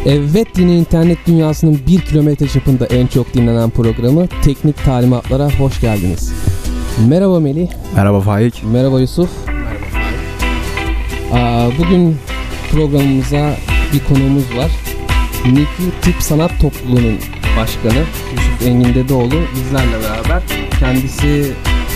Evet, yine internet dünyasının 1 kilometre çapında en çok dinlenen programı Teknik Talimatlara hoş geldiniz. Merhaba Melih. Merhaba Faik. Merhaba Yusuf. Bugün programımıza bir konuğumuz var. Niki Tıp Sanat Topluluğu'nun başkanı Yusuf Engin Dedeoğlu bizlerle beraber. Kendisi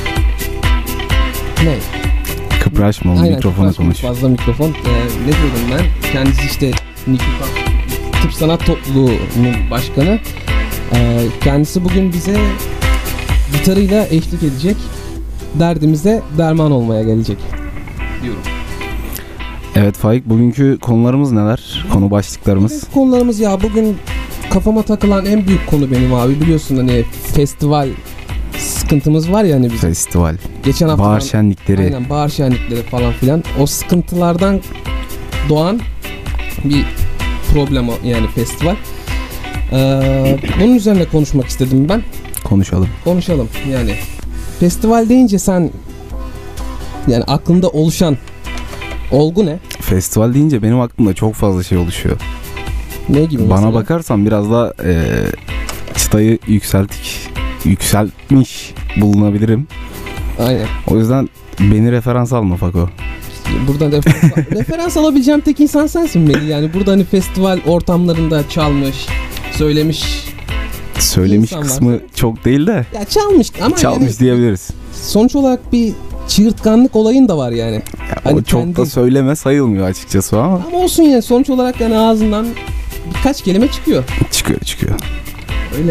ne? Kıpraşma oğlum, mikrofona konuş. Fazla mikrofon. Ne diyordum ben? Kendisi işte Niki Tıp Sanat Topluluğu'nun başkanı. Kendisi bugün bize gitarıyla eşlik edecek. Derdimize derman olmaya gelecek diyorum. Evet Faik, bugünkü konularımız neler? Konu başlıklarımız. Konularımız ya bugün kafama takılan en büyük konu benim abi. Biliyorsun hani festival sıkıntımız var ya hani bizim. Festival. Geçen hafta bahar şenlikleri. Aynen, bahar şenlikleri falan filan. O sıkıntılardan doğan bir problem yani festival. Bunun üzerine konuşmak istedim ben. Konuşalım yani. Festival deyince sen yani aklında oluşan olgu ne? Festival deyince benim aklımda çok fazla şey oluşuyor. Ne gibi mesela? Bana bakarsan biraz da çıtayı yükseltmiş bulunabilirim. Aynen. O yüzden beni referans alma Fako. Buradan referans alabileceğim tek insan sensin Melih. Yani burada hani festival ortamlarında çalmış, söylemiş kısmı çok değil de. Ya çalmış ama çalmış yani, diyebiliriz. Sonuç olarak bir çığırtkanlık olayın da var yani. Hani o çok da söyleme sayılmıyor açıkçası ama. Ama olsun yani, sonuç olarak yani ağzından birkaç kelime çıkıyor. Çıkıyor. Öyle.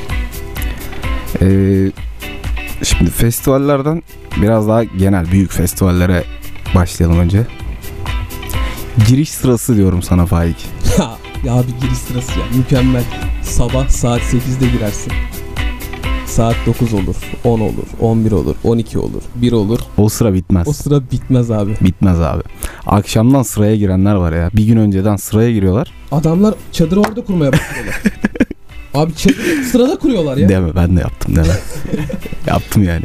Şimdi festivallerden biraz daha genel büyük festivallere başlayalım önce. Giriş sırası diyorum sana Faik. Ya bir giriş sırası ya, mükemmel. Sabah saat 8'de girersin. Saat 9 olur, 10 olur, 11 olur, 12 olur, 1 olur. O sıra bitmez. O sıra bitmez abi. Bitmez abi. Akşamdan sıraya girenler var ya. Bir gün önceden sıraya giriyorlar. Adamlar çadırı orada kurmaya başlıyorlar. Abi çadırı sırada kuruyorlar ya. Deme, ben de yaptım deme. Yaptım yani.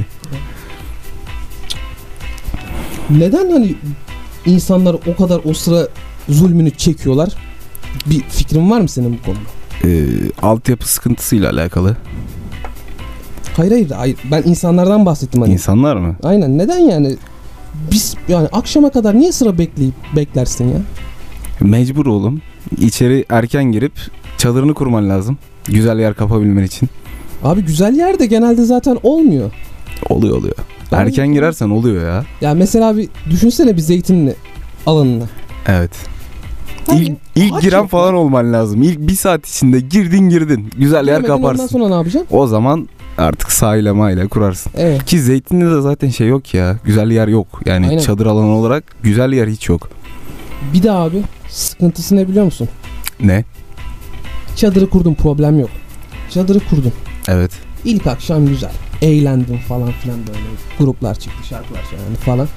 Neden hani insanlar o kadar o sıra zulmünü çekiyorlar? Bir fikrin var mı senin bu konuda? Altyapı sıkıntısıyla alakalı. Hayır. Ben insanlardan bahsettim hani. İnsanlar mı? Aynen. Neden yani? Biz yani akşama kadar niye sıra beklersin ya? Mecbur oğlum. İçeri erken girip çadırını kurman lazım. Güzel yer kapabilmen için. Abi güzel yer de genelde zaten olmuyor. Oluyor. Erken girersen oluyor ya. Ya mesela bir düşünsene bir zeytinli alanına. Evet. İlk giren falan olman lazım. İlk bir saat içinde girdin. Güzel yer kaparsın. Ondan sonra ne yapacaksın? O zaman artık sahile maile kurarsın. Evet. Ki Zeytinli'de de zaten şey yok ya. Güzel yer yok. Yani aynen. Çadır alanı olarak güzel yer hiç yok. Bir de abi sıkıntısı ne biliyor musun? Ne? Çadırı kurdun, problem yok. Çadırı kurdun. Evet. İlk akşam güzel. Eğlendin falan filan böyle. Gruplar çıktı, şarkılar söylendi falan.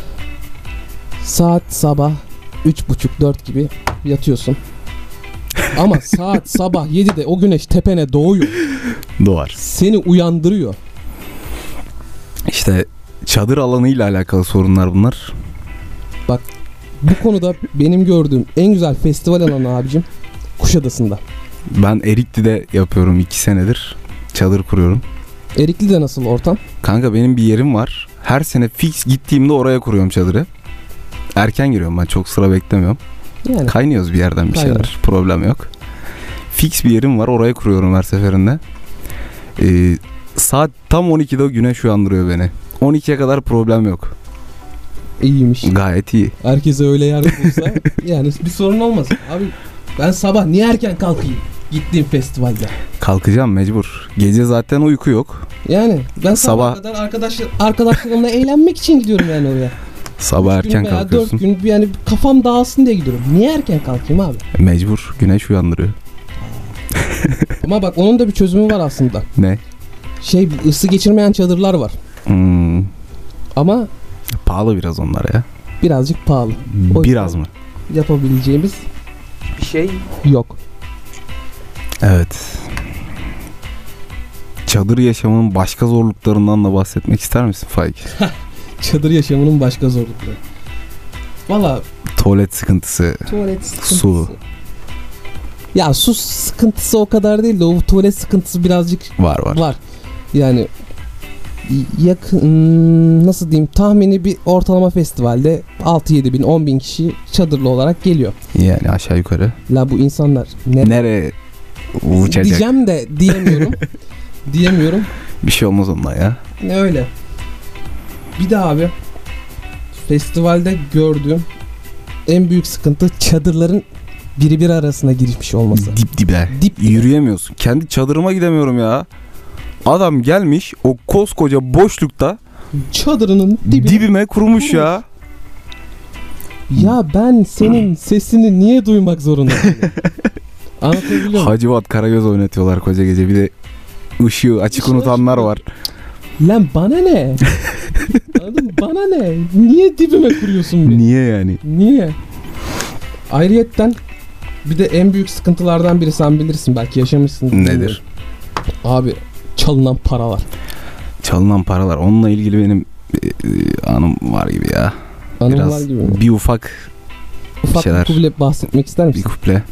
Saat sabah 3.30-4 gibi yatıyorsun. Ama saat sabah 7'de o güneş tepene doğuyor. Doğar. Seni uyandırıyor. İşte çadır alanıyla alakalı sorunlar bunlar. Bak bu konuda benim gördüğüm en güzel festival alanı abicim Kuşadası'nda. Ben Erikli'de yapıyorum 2 senedir. Çadır kuruyorum. Erikli'de nasıl ortam? Kanka benim bir yerim var. Her sene fix gittiğimde oraya kuruyorum çadırı. Erken giriyorum ben, çok sıra beklemiyorum. Yani. Kaynıyoruz bir yerden bir şeyler. Problem yok. Fix bir yerim var, oraya kuruyorum her seferinde. Saat tam 12'de güneş uyandırıyor beni. 12'ye kadar problem yok. İyiymiş. Gayet iyi. Herkese öyle yer bulsa yani bir sorun olmaz. Abi ben sabah niye erken kalkayım gittiğim festivalde? Kalkacağım mecbur. Gece zaten uyku yok. Yani ben sabah kadar arkadaşlarımla eğlenmek için gidiyorum yani oraya. Sabah erken kalkıyorsun. 4 gün yani kafam dağılsın diye gidiyorum. Niye erken kalkayım abi? Mecbur. Güneş uyandırıyor. Ama bak onun da bir çözümü var aslında. Ne? Isı geçirmeyen çadırlar var. Ama pahalı biraz onlar ya. Birazcık pahalı. Biraz mı? Yapabileceğimiz bir şey yok. Evet. Çadır yaşamının başka zorluklarından da bahsetmek ister misin Faik? Çadır yaşamının başka zorlukları. Valla tuvalet sıkıntısı, su. Ya su sıkıntısı o kadar değil de o tuvalet sıkıntısı birazcık var. Yani yakın, nasıl diyeyim, tahmini bir ortalama festivalde 6-7 bin 10 bin kişi çadırlı olarak geliyor. Yani aşağı yukarı. La bu insanlar nereye uçacak? Diyeceğim de diyemiyorum. Bir şey olmaz ondan ya. Ne öyle. Bir de abi festivalde gördüğüm en büyük sıkıntı çadırların birbiri arasına girmiş olması. Dip dibe. Yürüyemiyorsun. Kendi çadırıma gidemiyorum ya. Adam gelmiş o koskoca boşlukta çadırının dibime kurmuş ya. Ya ben senin sesini niye duymak zorundayım? Anlatabiliyor muyum? Hacivat Karagöz oynatıyorlar koca gece. Bir de ışığı açık unutanlar var. Lan bana ne? Anladın mı? Bana ne? Niye dibime kuruyorsun beni? Niye yani? Niye? Ayrıyetten bir de en büyük sıkıntılardan biri, sen bilirsin, belki yaşamışsın. Nedir? Abi çalınan paralar. Çalınan paralar. Onunla ilgili benim anım var gibi ya. Anım biraz var gibi mi? Bir ufak bir kuple bahsetmek ister misin? Bir kuple.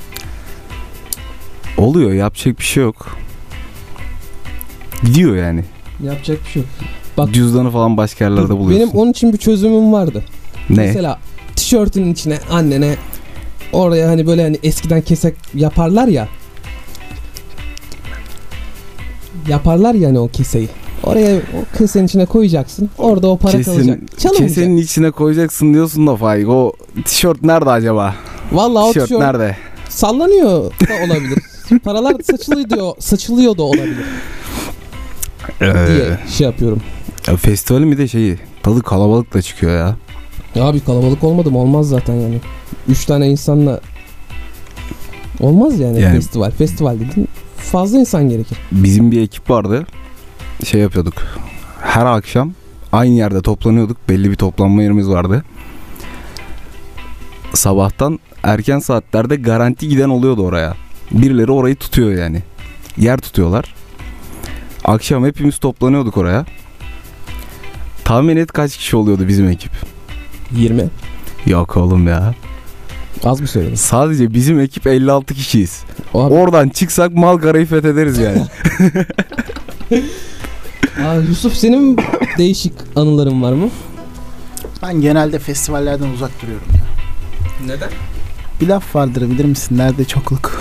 Oluyor, yapacak bir şey yok. Gidiyor yani. Yapacak bir şey yok. Bak, cüzdanı falan başka yerlerde buluyorsun. Benim onun için bir çözümüm vardı. Ne? Mesela tişörtünün içine annene oraya hani böyle hani eskiden kesek yaparlar ya. Yaparlar yani o keseyi. Oraya o kesenin içine koyacaksın. Orada o para kalacak. Çalınmayacak. Kesenin içine koyacaksın diyorsun da Faik. O tişört nerede acaba? Vallahi o tişört nerede? Sallanıyor da olabilir. Paralar saçılıyor da olabilir. Diye şey yapıyorum. Ya festivalin bir de tadı kalabalık da çıkıyor ya. Ya bir kalabalık olmadı mı? Olmaz zaten yani. 3 tane insanla olmaz yani festival. Festival dediğin fazla insan gerekir. Bizim bir ekip vardı. Yapıyorduk. Her akşam aynı yerde toplanıyorduk. Belli bir toplanma yerimiz vardı. Sabahtan erken saatlerde garanti giden oluyordu oraya. Birileri orayı tutuyor yani. Yer tutuyorlar. Akşam hepimiz toplanıyorduk oraya. Tahmin et kaç kişi oluyordu bizim ekip? 20. Yok oğlum ya. Az mı söyledin? Sadece bizim ekip 56 kişiyiz. Abi. Oradan çıksak Malkara'yı fethederiz yani. Yusuf, senin değişik anıların var mı? Ben genelde festivallerden uzak duruyorum ya. Neden? Bir laf vardır, bilir misin? Nerede çokluk?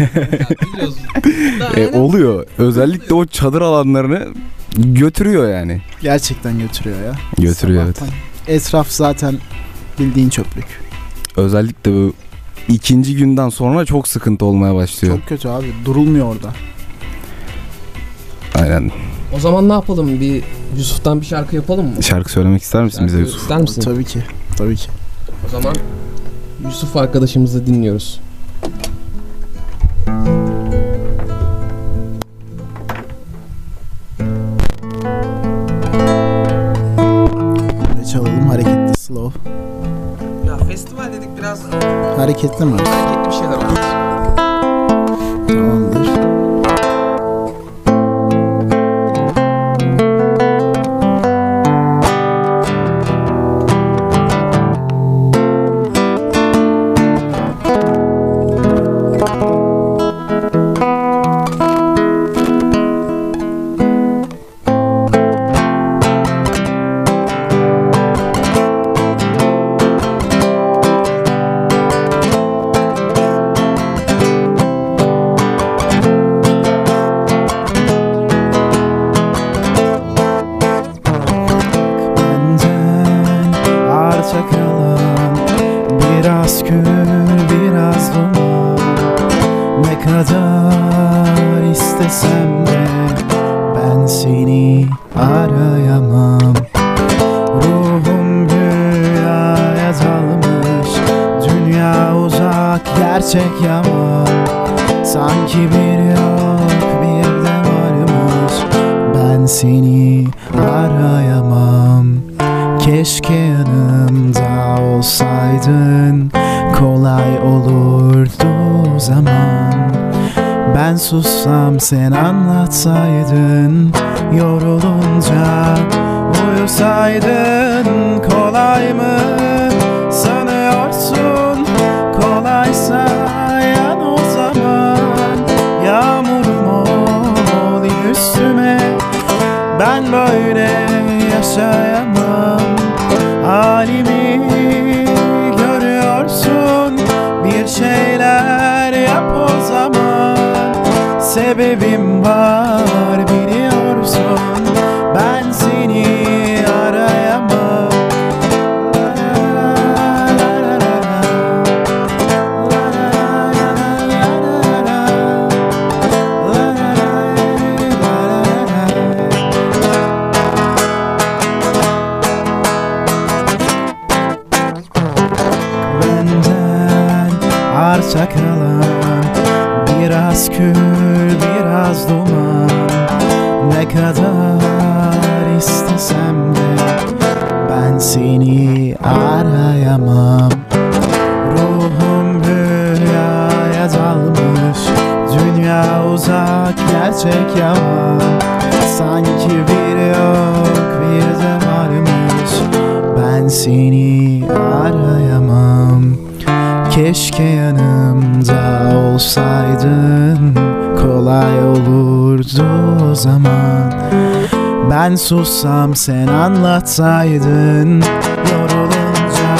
Oluyor. Özellikle o çadır alanlarını götürüyor yani. Gerçekten götürüyor ya. Götürüyor sabahtan. Evet. Etraf zaten bildiğin çöplük. Özellikle bu ikinci günden sonra çok sıkıntı olmaya başlıyor. Çok kötü abi. Durulmuyor orada. Aynen. O zaman ne yapalım? Bir Yusuf'tan bir şarkı yapalım mı? Şarkı söylemek ister misin bize Yusuf? İster misin? Tabii ki. Tabii ki. O zaman Yusuf arkadaşımızı dinliyoruz. Böyle çalalım, hareketli, slow. Ya festival dedik, biraz Hareketli mi? hareketli bir şeyler olsun. Tamamdır. gerçek yaman. Sanki bir yok bir de varmış. Ben seni arayamam. Keşke yanımda olsaydın, kolay olurdu o zaman. Ben sussam sen anlatsaydın, yorulunca uyusaydın. Kolay mı sanıyorsun? Kolaysa yan uzak. arta kalan biraz kül biraz duman. Ne kadar istesem de ben seni arayamam. Ruhum rüyaya dalmış, dünya uzak gerçek yalan. Sanki bir yok bir de varmış, ben seni arayamam. Keşke yanımda olsaydın, kolay olurdu o zaman. Ben sussam sen anlatsaydın, yorulunca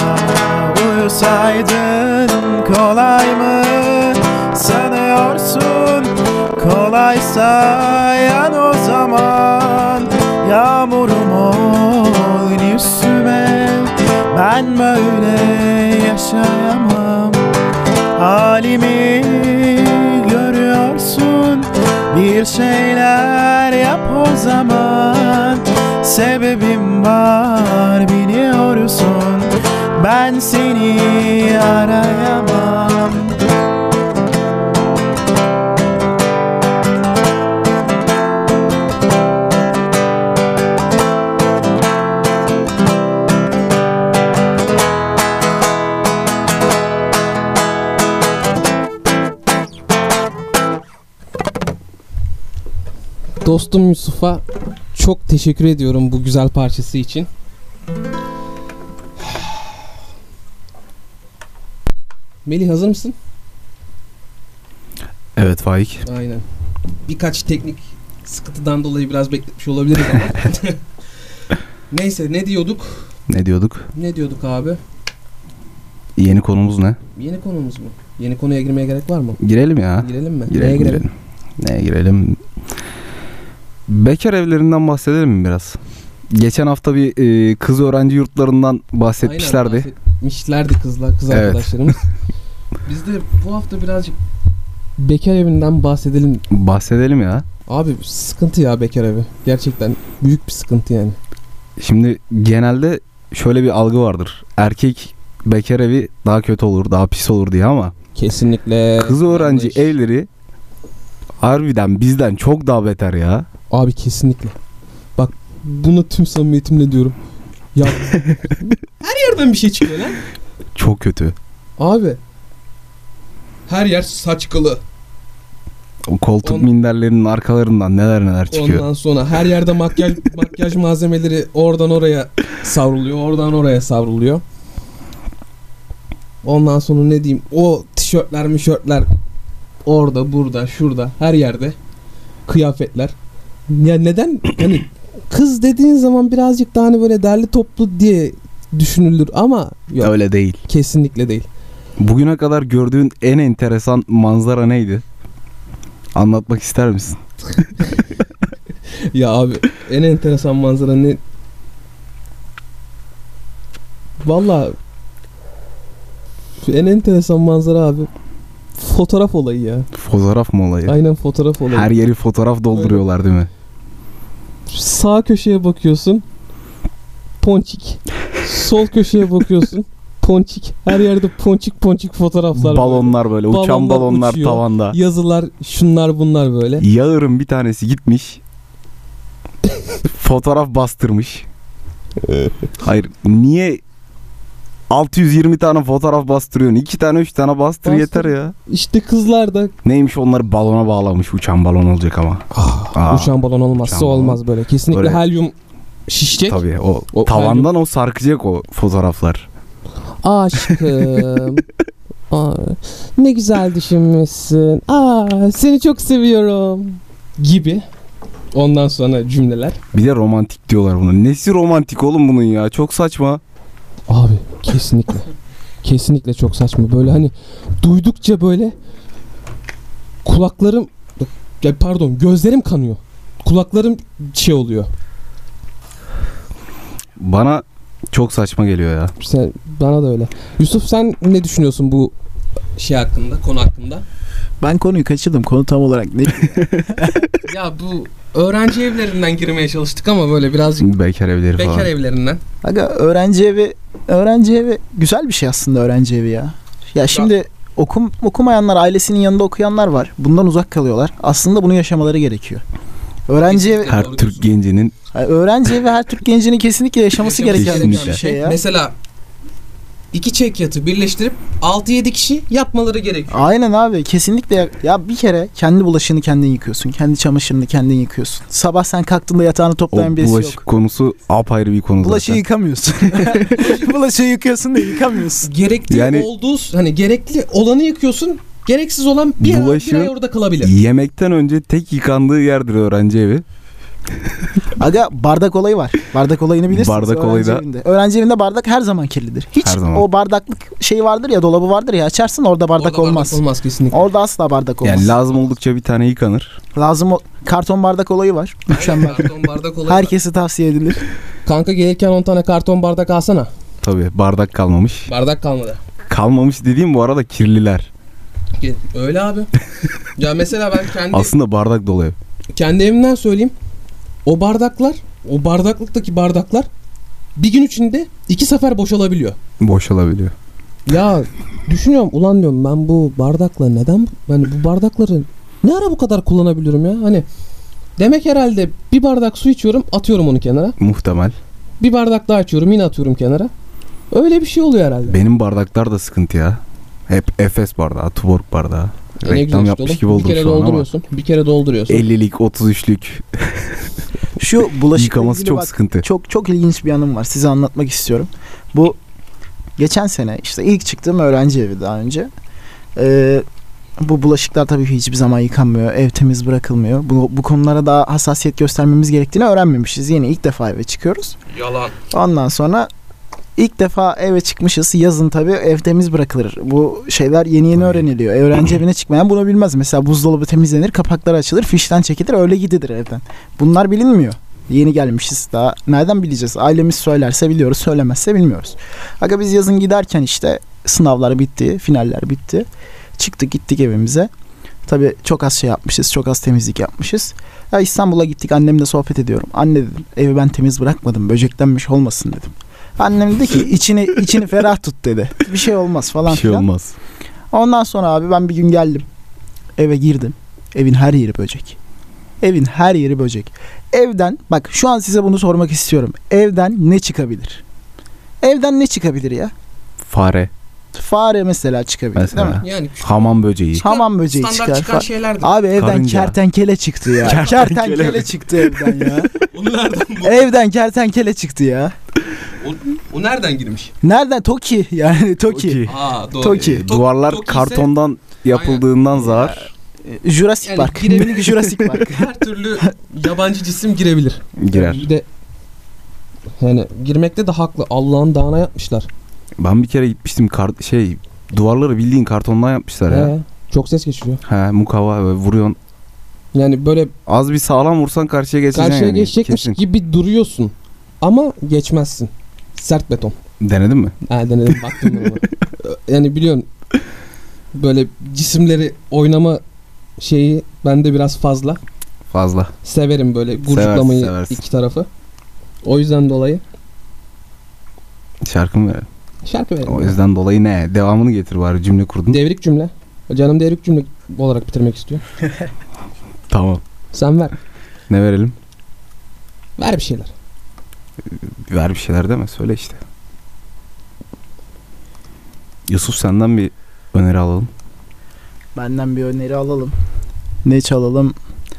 uyusaydın. Kolay mı sanıyorsun? Kolaysa yan o zaman. Yağmurum ol üstüme, ben böyle yaşayamam. Halimi görüyorsun, bir şeyler yap o zaman. Sebebim var biliyorsun, ben seni arayamam. Dostum Yusuf'a çok teşekkür ediyorum bu güzel parçası için. Melih, hazır mısın? Evet Faik. Aynen. Birkaç teknik sıkıntıdan dolayı biraz bekletmiş olabiliriz ama. Neyse, ne diyorduk? Ne diyorduk abi? Yeni konumuz ne? Yeni konumuz mu? Yeni konuya girmeye gerek var mı? Girelim ya. Girelim mi? Neye girelim? Neye girelim? Bekar evlerinden bahsedelim mi biraz? Geçen hafta bir kız öğrenci yurtlarından bahsetmişlerdi. Aynen, bahsetmişlerdi kız evet. Arkadaşlarımız. Biz de bu hafta birazcık bekar evinden bahsedelim. Bahsedelim ya. Abi sıkıntı ya bekar evi. Gerçekten büyük bir sıkıntı yani. Şimdi genelde şöyle bir algı vardır. Erkek bekar evi daha kötü olur, daha pis olur diye ama kesinlikle kız öğrenci evleri harbiden bizden çok daha beter ya. Abi kesinlikle. Bak bunu tüm samimiyetimle diyorum. Ya her yerden bir şey çıkıyor lan. Çok kötü. Abi her yer saç kılı. O koltuk minderlerinin arkalarından neler çıkıyor. Ondan sonra her yerde makyaj malzemeleri oradan oraya savruluyor, oradan oraya savruluyor. Ondan sonra ne diyeyim, o tişörtler orada, burada, şurada, her yerde kıyafetler. Ya neden hani kız dediğin zaman birazcık daha hani böyle derli toplu diye düşünülür ama yok, öyle değil. Kesinlikle değil. Bugüne kadar gördüğün en enteresan manzara neydi? Anlatmak ister misin? Ya abi en enteresan manzara ne? Vallahi en enteresan manzara abi fotoğraf olayı ya. Fotoğraf mı olayı? Aynen, fotoğraf olayı. Her yeri fotoğraf dolduruyorlar. Aynen. Değil mi? Sağ köşeye bakıyorsun, ponçik. Sol köşeye bakıyorsun, ponçik. Her yerde ponçik fotoğraflar. Balonlar böyle uçan balonlar uçuyor, tavanda. yazılar, şunlar bunlar böyle. Yağır'ın bir tanesi gitmiş. Fotoğraf bastırmış. Hayır, niye 620 tane fotoğraf bastırıyorsun? 2 tane 3 tane bastır yeter ya. İşte kızlar da neymiş, onları balona bağlamış. Uçan balon olacak ama. Uçan balon olmazsa uçan olmaz balon. Böyle. Kesinlikle böyle helyum şişecek. Tabii o tavandan helyum. O sarkacak o fotoğraflar. Aşkım. Ne güzel düşünmüşsün. Seni çok seviyorum. Gibi. Ondan sonra cümleler. Bir de romantik diyorlar buna. Nesi romantik oğlum bunun ya? Çok saçma. Abi kesinlikle. Kesinlikle çok saçma. Böyle hani duydukça böyle kulaklarım, gözlerim kanıyor. Kulaklarım şey oluyor. Bana çok saçma geliyor ya. Bana da öyle. Yusuf, sen ne düşünüyorsun bu şey hakkında, konu hakkında? Ben konuyu kaçırdım. Konu tam olarak ne? Ya bu öğrenci evlerinden girmeye çalıştık ama böyle birazcık bekar evleri falan. Bekar evlerinden. Aga öğrenci evi güzel bir şey aslında, öğrenci evi ya. Ya şimdi Okumayanlar, ailesinin yanında okuyanlar var. Bundan uzak kalıyorlar. Aslında bunu yaşamaları gerekiyor. Öğrenci evi, her Türk gencinin öğrenci evi her Türk gencinin kesinlikle yaşaması gereken bir şey ya. Mesela 2 çekyatı birleştirip 6-7 kişi yapmaları gerekiyor. Aynen abi, kesinlikle. Ya bir kere kendi bulaşığını kendin yıkıyorsun. Kendi çamaşırını kendin yıkıyorsun. Sabah sen kalktığında yatağını toplayan birisi yok. Bulaşık konusu apayrı bir konu Bulaşığı zaten. yıkamıyorsun. Bulaşığı yıkıyorsun da yıkamıyorsun. Gerekli Yani- olduğu, hani gerekli olanı yıkıyorsun. Gereksiz olan bir ay orada kalabilir. Yemekten önce tek yıkandığı yerdir öğrenci evi. Aga, bardak olayı var. Bardak olayını bilirsiniz. Bardak olayı da- Öğrenci evinde bardak her zaman kirlidir. Hiç Her zaman. o bardaklık şey vardır ya, dolabı vardır ya, açarsın orada bardak Orada olmaz. Bardak olmaz kesinlikle. Orada asla bardak olmaz. Yani lazım oldukça bir tane yıkanır. Karton bardak olayı var. Mükemmel. Karton bardak olayı var. Herkese tavsiye edilir. Kanka gelirken 10 tane karton bardak alsana. Tabii bardak kalmamış. Bardak kalmadı. Kalmamış dediğim bu arada kirliler. Öyle abi. Ya mesela ben Aslında bardak dolu ev. kendi evimden söyleyeyim. O bardaklıktaki bardaklar bir gün içinde 2 sefer boşalabiliyor. Boşalabiliyor. Ya düşünüyorum, ulan diyorum, ben bu bardakla neden, hani bu bardakları ne ara bu kadar kullanabiliyorum ya? Hani demek herhalde bir bardak su içiyorum, atıyorum onu kenara. Muhtemel. Bir bardak daha içiyorum, yine atıyorum kenara. Öyle bir şey oluyor herhalde. Benim bardaklar da sıkıntı ya. Hep Efes bardağı, Tuborg bardağı. Ne Reklam güzel yapmış işte gibi oğlum. oldum Bir kere şu an ama. dolduruyorsun. Bir kere dolduruyorsun. 50'lik, 33'lük Şu bulaşıkla yıkaması ilgili çok bak, sıkıntı. çok ilginç bir anım var. Size anlatmak istiyorum. Bu geçen sene işte ilk çıktığım öğrenci evi daha önce. Bu bulaşıklar tabii ki hiçbir zaman yıkanmıyor. Ev temiz bırakılmıyor. Bu konulara daha hassasiyet göstermemiz gerektiğini öğrenmemişiz. Yeni ilk defa eve çıkıyoruz. Yalan. Ondan sonra ilk defa eve çıkmışız. Yazın tabii ev temiz bırakılır. Bu şeyler yeni öğreniliyor. Öğrenci evine çıkmayan bunu bilmez. Mesela buzdolabı temizlenir, kapaklar açılır, fişten çekilir, öyle gidilir evden. Bunlar bilinmiyor. Yeni gelmişiz daha. Nereden bileceğiz? Ailemiz söylerse biliyoruz, söylemezse bilmiyoruz. Aga biz yazın giderken işte sınavlar bitti, finaller bitti. Çıktık gittik evimize. Tabii çok az şey yapmışız, çok az temizlik yapmışız. Ya İstanbul'a gittik, annemle sohbet ediyorum. Anne dedim, evi ben temiz bırakmadım, böceklenmiş olmasın dedim. Annem dedi ki içini ferah tut dedi. Bir şey olmaz falan Bir şey filan. olmaz. Ondan sonra abi ben bir gün geldim. Eve girdim. Evin her yeri böcek. Evin her yeri böcek. Evden, bak şu an size bunu sormak istiyorum. Evden ne çıkabilir? Evden ne çıkabilir ya? Fare. Fare mesela çıkabilir Mesela. değil mi? Yani Hamam böceği. Hamam böceği standart çıkar. çıkan şeylerdi. Abi evden Karınca. kertenkele çıktı ya. Kertenkele çıktı evden ya. Onu nereden bu? Evden kertenkele çıktı ya. O nereden girmiş? Nereden? Toki yani Toki. Aa doğru. Toki. Duvarlar Toki ise- kartondan yapıldığından zar Jurassic Yani Park. girebilir. Minik Jurassic Park. Her türlü yabancı cisim girebilir. girer. Bir de yani girmekte de haklı. Allah'ın dağına yapmışlar. Ben bir kere gitmiştim duvarları bildiğin kartondan yapmışlar ya. Çok ses geçiriyor. He, mukavva böyle vuruyorsun. Yani böyle Az bir sağlam vursan karşıya geçeceksin karşıya yani. geçecekmiş Kesin. gibi duruyorsun. Ama geçmezsin. Sert beton. Denedin mi? Denedim, baktım ona. Yani biliyorsun böyle cisimleri oynama şeyi bende biraz fazla. Fazla. Severim böyle gurcuklamayı seversin. iki tarafı. O yüzden dolayı Şarkı mı verelim? şarkı verelim. O yüzden dolayı ne? Devamını getir bari, cümle kurdun. Devrik cümle. Canım devrik cümle olarak bitirmek istiyor. Tamam. Sen ver. Ne verelim? Ver bir şeyler. Ver bir şeyler deme, söyle işte. Yusuf, senden bir öneri alalım. Benden bir öneri alalım. Ne çalalım?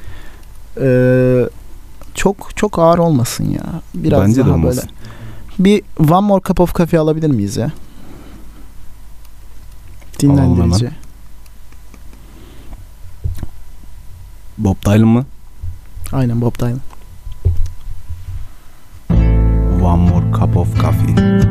Çok ağır olmasın ya. Biraz Bence de daha olmasın. böyle. Bir One More Cup of Coffee alabilir miyiz ya? Dinlendirici. Bob Dylan mı? Aynen, Bob Dylan. One More Cup of Coffee.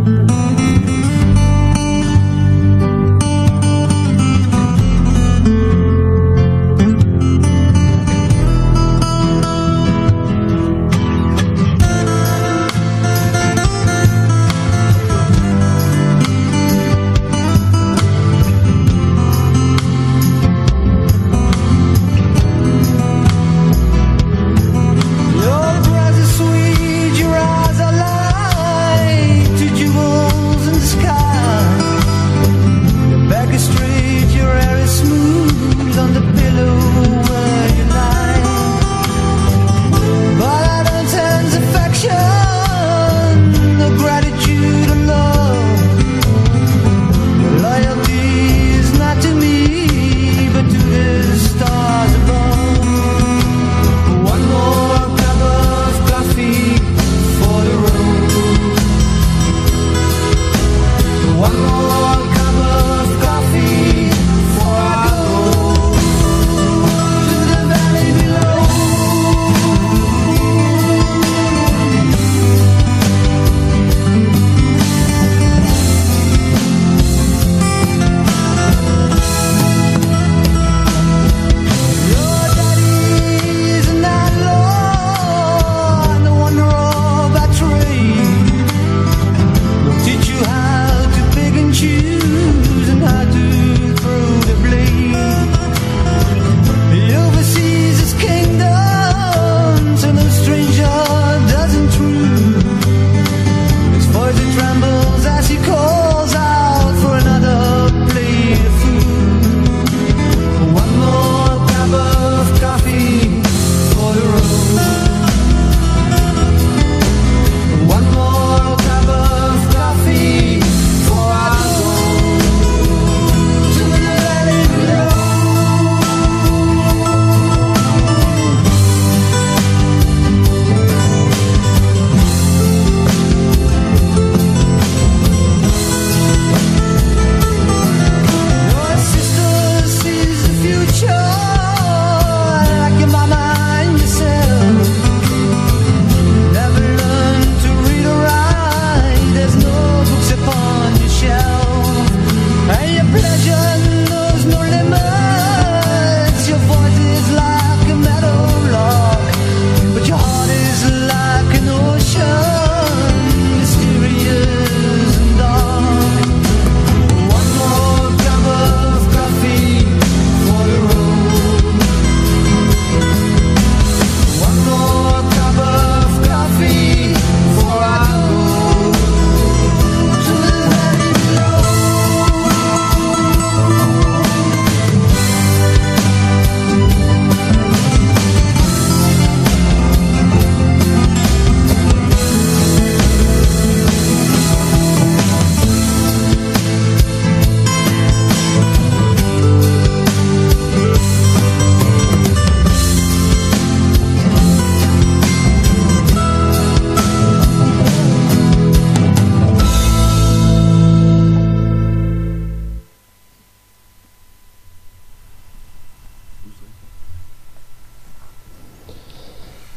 Your breath is sweet, your eyes are light to juvenile.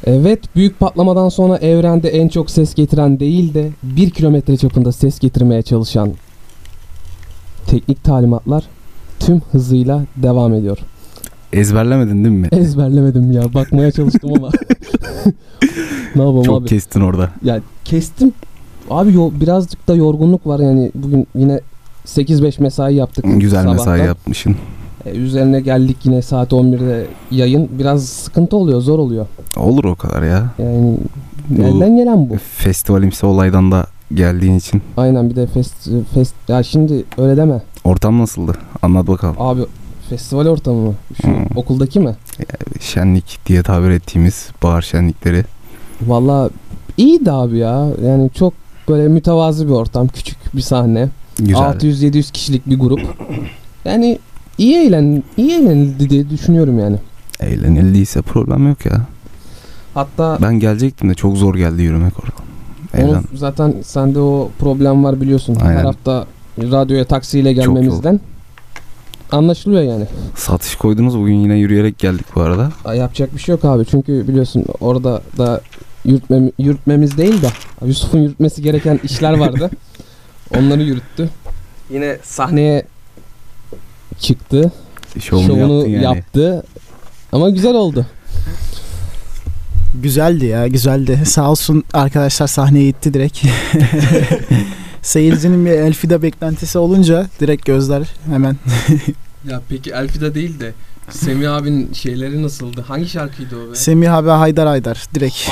Evet, büyük patlamadan sonra evrende en çok ses getiren değil de 1 kilometre çapında ses getirmeye çalışan teknik talimatlar tüm hızıyla devam ediyor. Ezberlemedin değil mi? Ezberlemedim ya. Bakmaya çalıştım ama. Ne yapalım Çok abi? kestin orada. Ya kestim. Abi birazcık da yorgunluk var yani. Bugün yine 8-5 mesai yaptık. Güzel sabahtan. mesai yapmışsın. Üzerine geldik yine saat 11'de yayın. Biraz sıkıntı oluyor, zor oluyor. Olur o kadar ya. Yani elden gelen bu. Festivalimsi olaydan da geldiğin için. Aynen, bir de ya şimdi öyle deme. Ortam nasıldı? Anlat bakalım. Abi festival ortamı mı? Şu okuldaki mi? Şenlik diye tabir ettiğimiz bahar şenlikleri. Vallahi iyiydi abi ya. Yani çok böyle mütevazı bir ortam. Küçük bir sahne. Güzel. 600-700 kişilik bir grup. Yani iyi eğlenildi diye düşünüyorum yani. Eğlenildiyse problem yok ya. Hatta ben gelecektim de çok zor geldi yürümek oradan. Zaten sende o problem var biliyorsun. Aynen. Her hafta radyoya taksiyle gelmemizden anlaşılıyor yani. Satış koydunuz, bugün yine yürüyerek geldik bu arada. Yapacak bir şey yok abi. Çünkü biliyorsun orada da yürütmemiz değil de Yusuf'un yürütmesi gereken işler vardı. Onları yürüttü. Yine sahneye çıktı. Şovunu yaptı. Ama güzel oldu. Güzeldi ya, güzeldi. Sağ olsun arkadaşlar, sahneye gitti direkt. Seyircinin bir Elfida beklentisi olunca direkt gözler hemen. Ya peki Elfida değil de Semih abinin şeyleri nasıldı? Hangi şarkıydı o be? Semih abi Haydar direkt.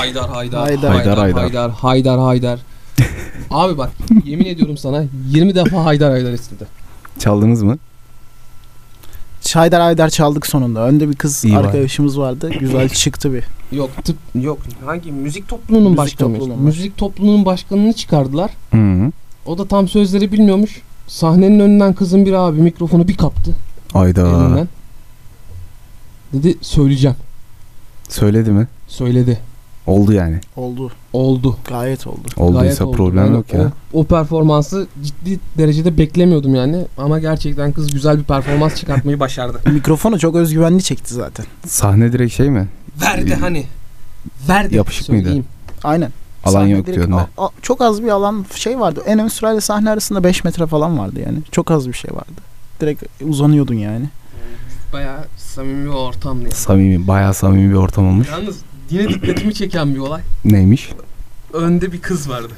Haydar. Abi bak, yemin ediyorum sana 20 defa Haydar istedi. Çaldınız mı? Haydar çaldık sonunda. Önde bir kız arkadaşımız vardı. Güzel çıktı bir. Yok. Hangi müzik topluluğunun başkanı? Müzik topluluğunun başkanını çıkardılar. Hı. O da tam sözleri bilmiyormuş. Sahnenin önünden kızın bir abi mikrofonu bir kaptı. Ayda. Elinden. Dedi söyleyeceğim. Söyledi mi? Söyledi. Oldu yani. Oldu. Gayet oldu. Olduysa problem yani yok ya. O performansı ciddi derecede beklemiyordum yani. Ama gerçekten kız güzel bir performans çıkartmayı başardı. Mikrofonu çok özgüvenli çekti zaten. Sahne direkt şey mi? Verdi. Yapışık söyleyeyim. mıydı? Aynen. Alan Sahne yok diyorsun da. Çok az bir alan vardı. En ön sırayla sahne arasında 5 metre falan vardı yani. Çok az bir şey vardı. Direkt uzanıyordun yani. Bayağı samimi bir ortamdı. Bayağı samimi bir ortam olmuş. Yalnız yine dikkatimi çeken bir olay. Neymiş? Önde bir kız vardı.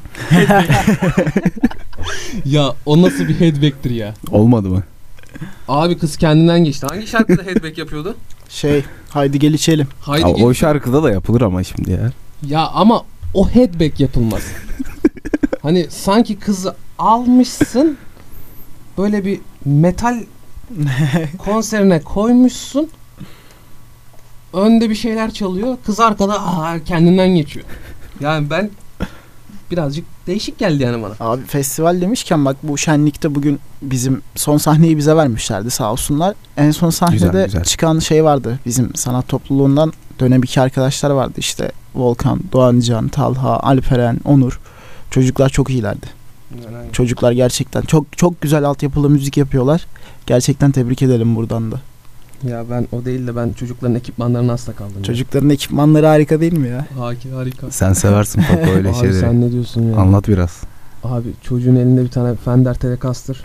Ya o nasıl bir headback'tir ya? Olmadı mı? Abi kız kendinden geçti. Hangi şarkıda headback yapıyordu? Haydi gel içelim. O şarkıda da yapılır ama şimdi ya. Ya ama o headback yapılmaz. Hani sanki kızı almışsın, böyle bir metal konserine koymuşsun. Önde bir şeyler çalıyor. Kız arkada kendinden geçiyor. Yani ben birazcık değişik geldi yani bana. Abi festival demişken bak, bu şenlikte bugün bizim son sahneyi bize vermişlerdi sağ olsunlar. En son sahnede güzel. çıkan vardı. Bizim sanat topluluğundan dönem 2 arkadaşlar vardı işte. Volkan, Doğancan, Talha, Alperen, Onur. Çocuklar çok iyilerdi. Yani. Çocuklar gerçekten çok güzel altyapılı müzik yapıyorlar. Gerçekten tebrik edelim buradan da. Ya ben o değil de ben çocukların ekipmanlarına asla kaldım. Çocukların ekipmanları harika değil mi ya? Harika. Sen seversin Papo öyle şeyleri. Abi sen ne diyorsun ya? Anlat biraz. Abi çocuğun elinde bir tane Fender Telecaster.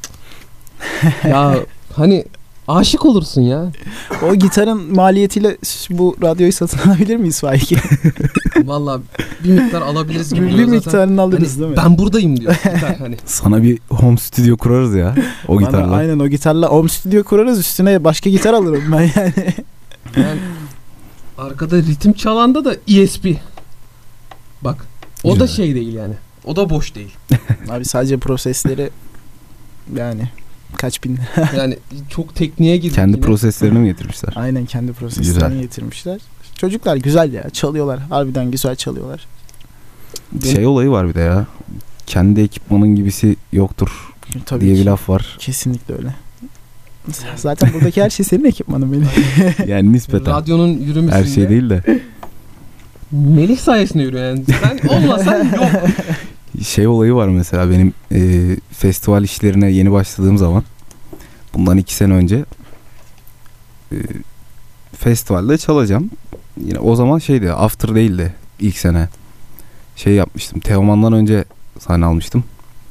Ya hani aşık olursun ya. O gitarın maliyetiyle bu radyoyu satın alabilir miyiz Faik? Vallahi bir miktar alabiliriz gibi bir diyor zaten. miktarını alırız hani, değil mi? Ben buradayım diyor. Gitar, hani. Sana bir home stüdyo kurarız ya o gitarla. Aynen, o gitarla home stüdyo kurarız, üstüne başka gitar alırım ben yani. Ben arkada ritim çalanda da ESP. Bak o Güzel. da şey değil yani. O da boş değil. Abi sadece prosesleri yani kaç bin. Yani çok tekniğe girdik. Kendi yine. proseslerini mi getirmişler? Aynen, kendi proseslerini getirmişler. Çocuklar güzel ya, çalıyorlar. Harbiden güzel çalıyorlar. Olayı var bir de ya. Kendi ekipmanın gibisi yoktur Tabii diye ki. bir laf var. Kesinlikle öyle. Zaten buradaki her şey senin ekipmanın benim. Yani nispeten. Radyonun yürümesinde. Her şey değil de. Melih sayesinde yürüyor yani. Sen olmasan yok. Olayı var mesela benim festival işlerine yeni başladığım zaman. Bundan 2 sene önce festivalde çalacağım. yine o zaman şeydi, After değildi ilk sene. Şey yapmıştım. Teoman'dan önce sahne almıştım.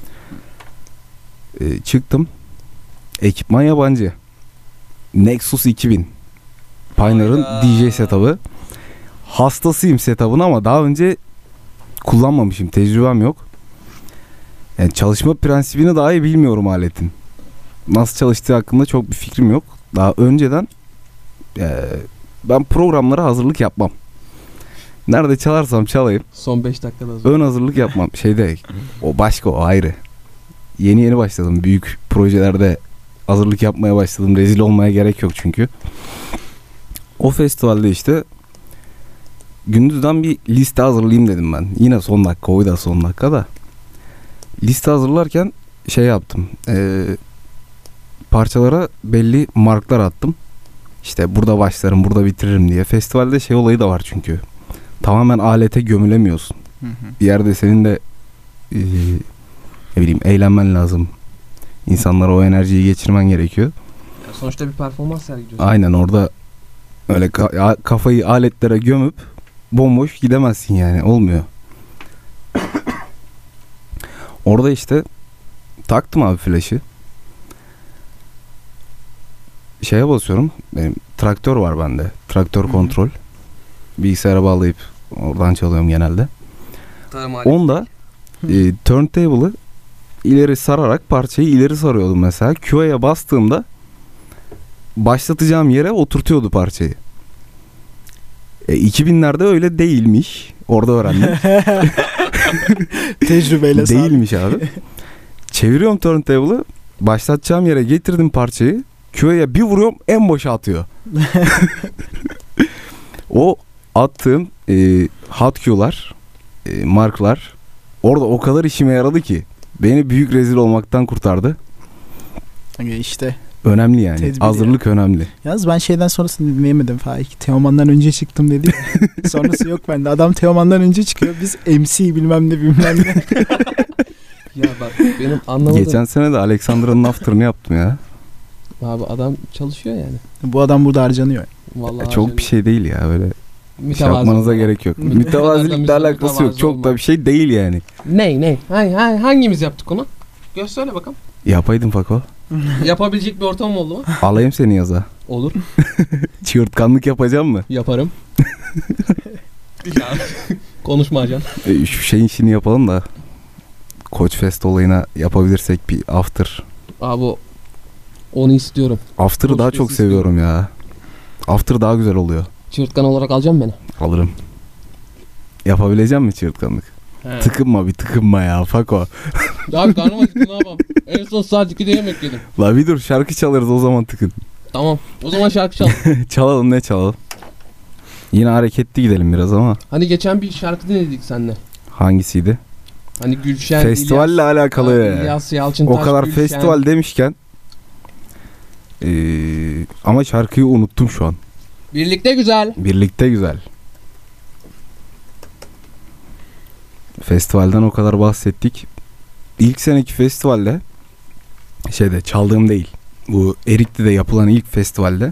Çıktım. Ekipman yabancı. Nexus 2000. Pioneer'ın DJ setup'ı. Hastasıyım setup'ın ama daha önce kullanmamışım. Tecrübem yok. Yani çalışma prensibini daha iyi bilmiyorum aletin. Nasıl çalıştığı hakkında çok bir fikrim yok. Daha önceden ben programlara hazırlık yapmam. Nerede çalarsam çalayım. Son 5 dakikada hazır. Ön hazırlık yapmam. Şeyde o başka, o ayrı. Yeni başladım. Büyük projelerde hazırlık yapmaya başladım. Rezil olmaya gerek yok çünkü. O festivalde işte gündüzden bir liste hazırlayayım dedim ben. Yine son dakika, o da son dakika da. Liste hazırlarken şey yaptım. Parçalara belli marklar attım. İşte burada başlarım, burada bitiririm diye. Festivalde şey olayı da var çünkü. Tamamen alete gömülemiyorsun. Bir yerde senin de ne bileyim eğlenmen lazım. İnsanlara o enerjiyi geçirmen gerekiyor. Ya sonuçta bir performans sergiliyorsun. Aynen, orada öyle kafayı aletlere gömüp bomboş gidemezsin yani. Olmuyor. Orada işte taktım abi flaşı. Şeye basıyorum. Benim traktör var bende. Traktör kontrol. Bilgisayara bağlayıp oradan çalıyorum genelde. Onda turntable'ı ileri sararak parçayı ileri sarıyordum mesela. Q'ya bastığımda başlatacağım yere oturtuyordu parçayı. 2000'lerde öyle değilmiş. Orada öğrendim. Tecrübeyle değilmiş abi. Çeviriyorum turntable'ı. Başlatacağım yere getirdim parçayı. Q'ya bir vuruyorum, en başa atıyor. O attığım hot Q'lar, marklar orada o kadar işime yaradı ki beni büyük rezil olmaktan kurtardı. İşte. Önemli yani. Tedbir hazırlık ya. Önemli. Yalnız ben şeyden sonrasını dinleyemedim Faik. Teoman'dan önce çıktım dedi. Sonrası yok bende. Adam Teoman'dan önce çıkıyor. Biz MC bilmem ne. Ya bak benim anlamadığım. Geçen sene de Alexandra'nın after'ını yaptım ya. Abi adam çalışıyor yani. Bu adam burada harcanıyor. Vallahi çok bir şey değil ya öyle. Şey yapmanıza gerek yok. Mütevazilikle alakası yok. Çok da bir şey değil yani. Ne? Hangimiz yaptık onu? Göster bakalım. Yapaydın Fako. Yapabilecek bir ortam oldu mu? Alayım seni yaza. Olur. Çığırtkanlık yapacağım mı? Yaparım. Konuşma acan. Şu şeyin işini yapalım da Koç Fest olayına yapabilirsek bir after. Abi onu istiyorum. After'ı Koç daha çok seviyorum ya. After daha güzel oluyor. Çığırtkan olarak alacağım beni. Alırım. Yapabileceğim mi çığırtkanlık? He. Tıkınma ya Fako. Abi karnım acıktı, ne yapalım? En son saat 2'de yemek yedim. La bir dur, şarkı çalarız o zaman tıkın. Tamam, o zaman şarkı çal. Çalalım, ne çalalım? Yine hareketli gidelim biraz ama. Hani geçen bir şarkı dinledik seninle. Hangisiydi? Hani Gülşen, festivalle İlyas, alakalı. İlyas Yalçıntaş, o kadar Gülşen. Festival demişken ama şarkıyı unuttum şu an. Birlikte güzel. Festivalden o kadar bahsettik. İlk seneki festivalde çaldığım değil. Bu Erikli'de yapılan ilk festivalde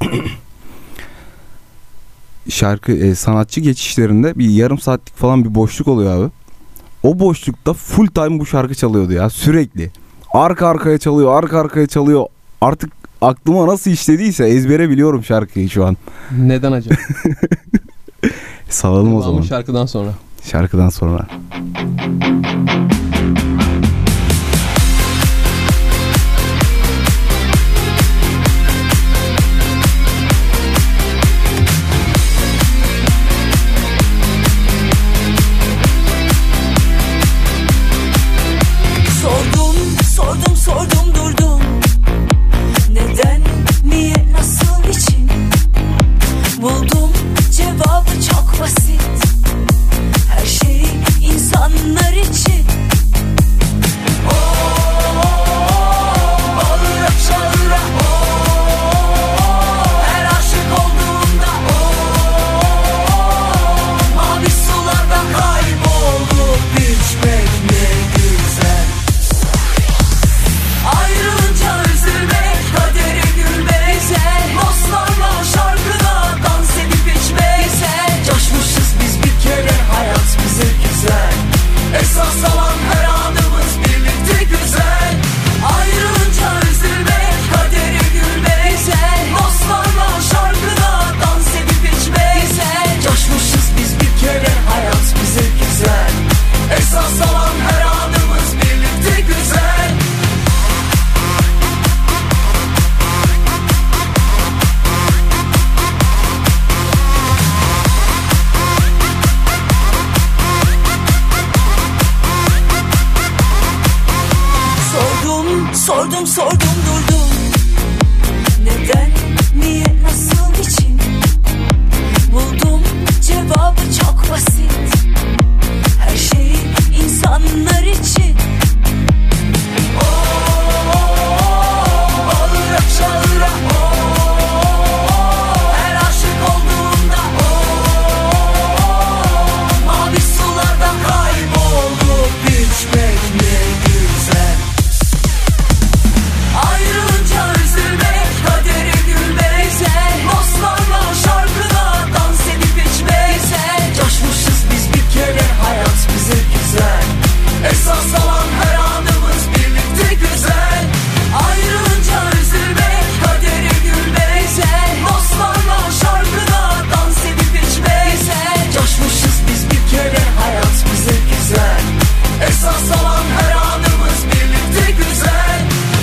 şarkı sanatçı geçişlerinde bir yarım saatlik falan bir boşluk oluyor abi. O boşlukta full time bu şarkı çalıyordu ya, sürekli. Arka arkaya çalıyor. Artık aklıma nasıl işlediyse ezbere biliyorum şarkıyı şu an. Neden acaba? Salalım o zaman. Şarkıdan sonra. Sordum durdum. Neden, niye, nasıl, için? Buldum cevabı çok basit. Her şey insanlar için. Sordum sordum durdum. Neden, niye, nasıl, için? Buldum cevabı çok basit. Her şey insanlar için. Bağıra çağıra her aşık olduğumda mavi sularda kaybolup içmek ne güzel. Ayrılınca üzülmek, kadere gülmek güzel. Dostlarla şarkıda dans edip içmek güzel. Coşmuşuz biz bir kere, hayat bize güzel. Esas alan her anımız birlikte güzel. Ayrılınca üzülmek, kadere gülmek güzel. Dostlarla şarkıda dans edip içmek güzel. Coşmuşuz biz bir kere, hayat bize güzel. Esas alan her anımız birlikte güzel.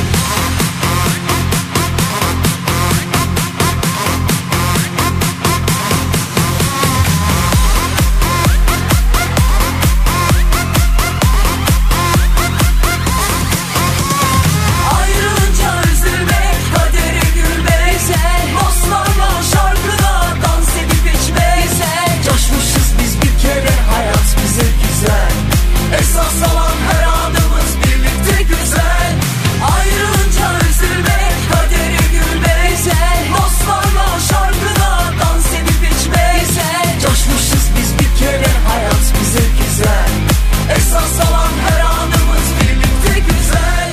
Ayrılınca üzülmek, kadere gülmek güzel. Dostlarla şarkıda dans edip içmek güzel. Coşmuşuz biz bir kere, hayat bize güzel. Esas alan her anımız birlikte güzel. Ayrılınca üzülmek, kadere gülmek güzel. Dostlarla şarkıda dans edip içmek güzel. Coşmuşuz biz bir kere, hayat bize güzel. Esas alan her anımız birlikte güzel.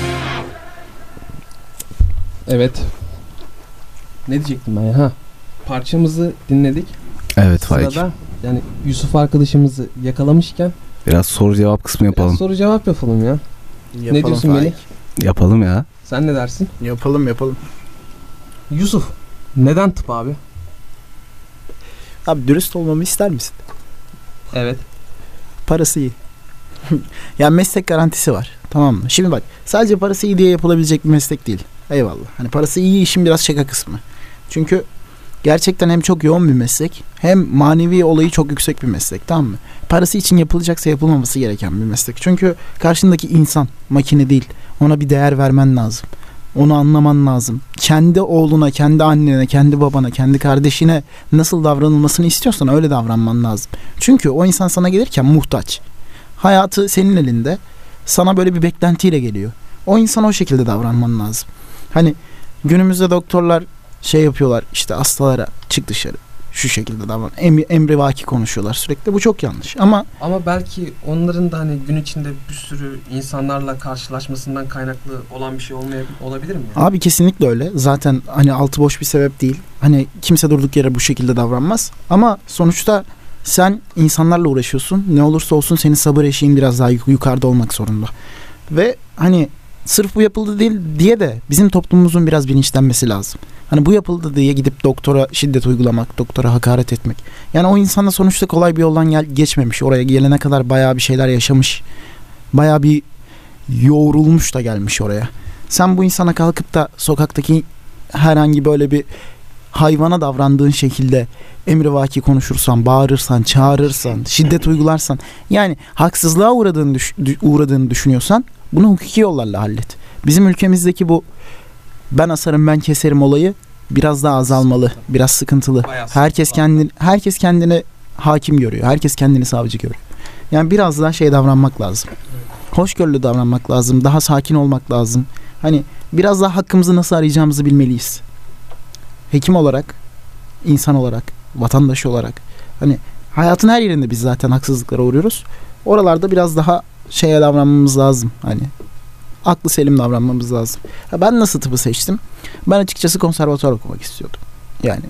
Evet. Ne diyecektim ben ya? Ha. Parçamızı dinledik. Evet Faik. Sırada yani Yusuf arkadaşımızı yakalamışken Biraz soru cevap kısmı yapalım. soru cevap yapalım ya. Ne diyorsun Melih? Yapalım ya. Sen ne dersin? Yapalım. Yusuf, neden tıp abi? Abi dürüst olmamı ister misin? Evet. Parası iyi. Yani meslek garantisi var. Tamam mı? Şimdi bak, sadece parası iyi diye yapılabilecek bir meslek değil. Eyvallah. Hani parası iyi, işin biraz şaka kısmı. Çünkü gerçekten hem çok yoğun bir meslek, hem manevi olayı çok yüksek bir meslek, tamam mı? Parası için yapılacaksa yapılmaması gereken bir meslek. Çünkü karşındaki insan, makine değil. Ona bir değer vermen lazım. Onu anlaman lazım. Kendi oğluna, kendi annene, kendi babana, kendi kardeşine nasıl davranılmasını istiyorsan öyle davranman lazım. Çünkü o insan sana gelirken muhtaç. Hayatı senin elinde. Sana böyle bir beklentiyle geliyor. O insana o şekilde davranman lazım. Hani günümüzde doktorlar şey yapıyorlar, işte hastalara çık dışarı, şu şekilde davran. Emrivaki konuşuyorlar sürekli. Bu çok yanlış. Ama belki onların da hani gün içinde bir sürü insanlarla karşılaşmasından kaynaklı olan bir şey olabilir mi? Yani? Abi kesinlikle öyle. Zaten hani altı boş bir sebep değil. Hani kimse durduk yere bu şekilde davranmaz. Ama sonuçta sen insanlarla uğraşıyorsun. Ne olursa olsun senin sabır eşiğin biraz daha yukarıda olmak zorunda. Ve hani sırf bu yapıldı değil diye de bizim toplumumuzun biraz bilinçlenmesi lazım. Hani bu yapıldı diye gidip doktora şiddet uygulamak, doktora hakaret etmek. Yani o insan da sonuçta kolay bir yoldan geçmemiş. Oraya gelene kadar bayağı bir şeyler yaşamış. Bayağı bir yoğrulmuş da gelmiş oraya. Sen bu insana kalkıp da sokaktaki herhangi böyle bir hayvana davrandığın şekilde emrivaki konuşursan, bağırırsan, çağırırsan, şiddet uygularsan, yani haksızlığa uğradığını düşünüyorsan bunu hukuki yollarla hallet. Bizim ülkemizdeki bu ben asarım ben keserim olayı biraz daha azalmalı, biraz sıkıntılı. Herkes kendini hakim görüyor. Herkes kendini savcı görüyor. Yani biraz daha davranmak lazım. Hoşgörülü davranmak lazım. Daha sakin olmak lazım. Hani biraz daha hakkımızı nasıl arayacağımızı bilmeliyiz. Hekim olarak, insan olarak, vatandaş olarak. Hani hayatın her yerinde biz zaten haksızlıklara uğruyoruz. Oralarda biraz daha davranmamız lazım. Hani aklı selim davranmamız lazım. Ben nasıl tıbbı seçtim? Ben açıkçası konservatuvar okumak istiyordum. Yani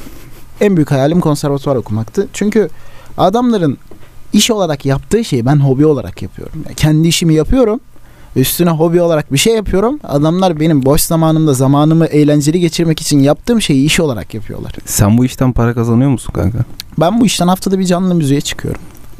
en büyük hayalim konservatuvar okumaktı. Çünkü adamların iş olarak yaptığı şeyi ben hobi olarak yapıyorum. Yani kendi işimi yapıyorum. Üstüne hobi olarak bir şey yapıyorum. Adamlar benim boş zamanımı eğlenceli geçirmek için yaptığım şeyi iş olarak yapıyorlar. Sen bu işten para kazanıyor musun kanka? Ben bu işten haftada bir canlı müziğe çıkıyorum.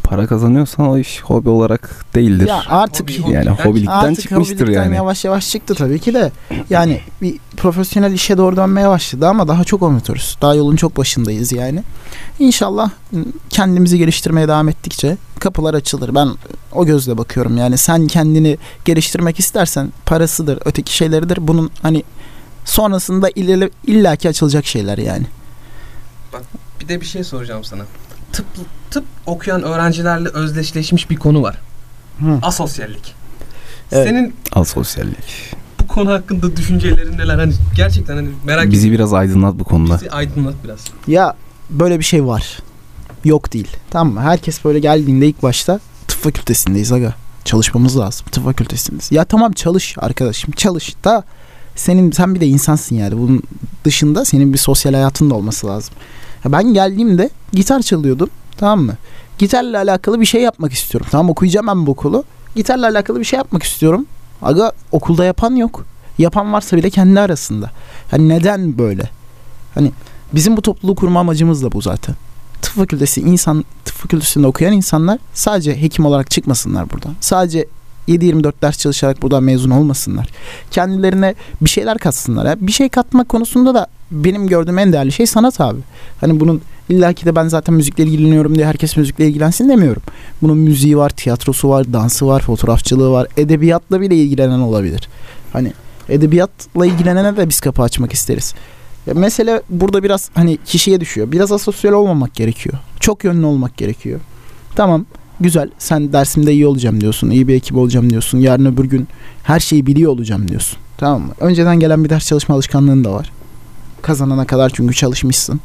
Para kazanıyorsan o iş hobi olarak değildir. Ya artık yani hobilikten çıkmıştır yani. Yavaş yavaş çıktı tabii ki de. Yani bir profesyonel işe doğru dönmeye başladı ama daha çok amatörüz. Daha yolun çok başındayız yani. İnşallah kendimizi geliştirmeye devam ettikçe kapılar açılır. Ben o gözle bakıyorum. Yani sen kendini geliştirmek istersen parasıdır, öteki şeyleridir. Bunun hani sonrasında illaki açılacak şeyler yani. Bak bir de bir şey soracağım sana. Tıp okuyan öğrencilerle özdeşleşmiş bir konu var. Asosyallik. Evet. Senin asosyallik. Bu konu hakkında düşüncelerin neler? Hani gerçekten hani merak ediyorum. Bizi biraz aydınlat bu konuda. Bizi aydınlat biraz. Ya böyle bir şey var. Yok değil. Tamam mı? Herkes böyle geldiğinde ilk başta tıp fakültesindeyiz aga. Çalışmamız lazım. Tıp fakültesindeyiz. Ya tamam çalış arkadaşım. Çalış da sen bir de insansın yani. Bunun dışında senin bir sosyal hayatın da olması lazım. Ya ben geldiğimde gitar çalıyordum. Tamam mı? Gitarla alakalı bir şey yapmak istiyorum. Tamam okuyacağım ben bu okulu. Gitarla alakalı bir şey yapmak istiyorum. Aga okulda yapan yok. Yapan varsa bile kendi arasında. Hani neden böyle? Hani bizim bu topluluğu kurma amacımız da bu zaten. Tıp fakültesinde okuyan insanlar sadece hekim olarak çıkmasınlar buradan. Sadece 7-24 ders çalışarak buradan mezun olmasınlar. Kendilerine bir şeyler katsınlar. Ya. Bir şey katmak konusunda da benim gördüğüm en değerli şey sanat abi. Hani bunun illaki de ben zaten müzikle ilgileniyorum diye herkes müzikle ilgilensin demiyorum. Bunun müziği var, tiyatrosu var, dansı var, fotoğrafçılığı var. Edebiyatla bile ilgilenen olabilir. Hani edebiyatla ilgilenene de biz kapı açmak isteriz. Ya mesele burada biraz hani kişiye düşüyor. Biraz asosyal olmamak gerekiyor. Çok yönlü olmak gerekiyor. Tamam. Güzel. Sen dersimde iyi olacağım diyorsun. İyi bir ekip olacağım diyorsun. Yarın öbür gün her şeyi biliyor olacağım diyorsun. Tamam mı? Önceden gelen bir ders çalışma alışkanlığın da var. Kazanana kadar çünkü çalışmışsın.